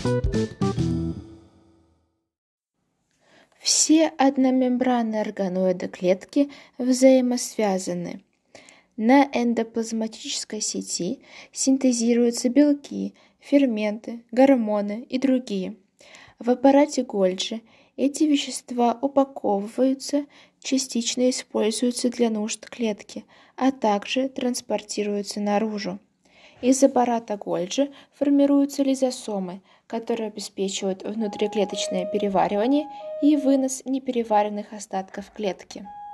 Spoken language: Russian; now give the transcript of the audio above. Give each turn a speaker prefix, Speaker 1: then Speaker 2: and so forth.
Speaker 1: Все одномембранные органоиды клетки взаимосвязаны. На эндоплазматической сети синтезируются белки, ферменты, гормоны и другие. В аппарате Гольджи эти вещества упаковываются, частично используются для нужд клетки, а также транспортируются наружу. Из аппарата Гольджи формируются лизосомы, которые обеспечивают внутриклеточное переваривание и вынос непереваренных остатков клетки.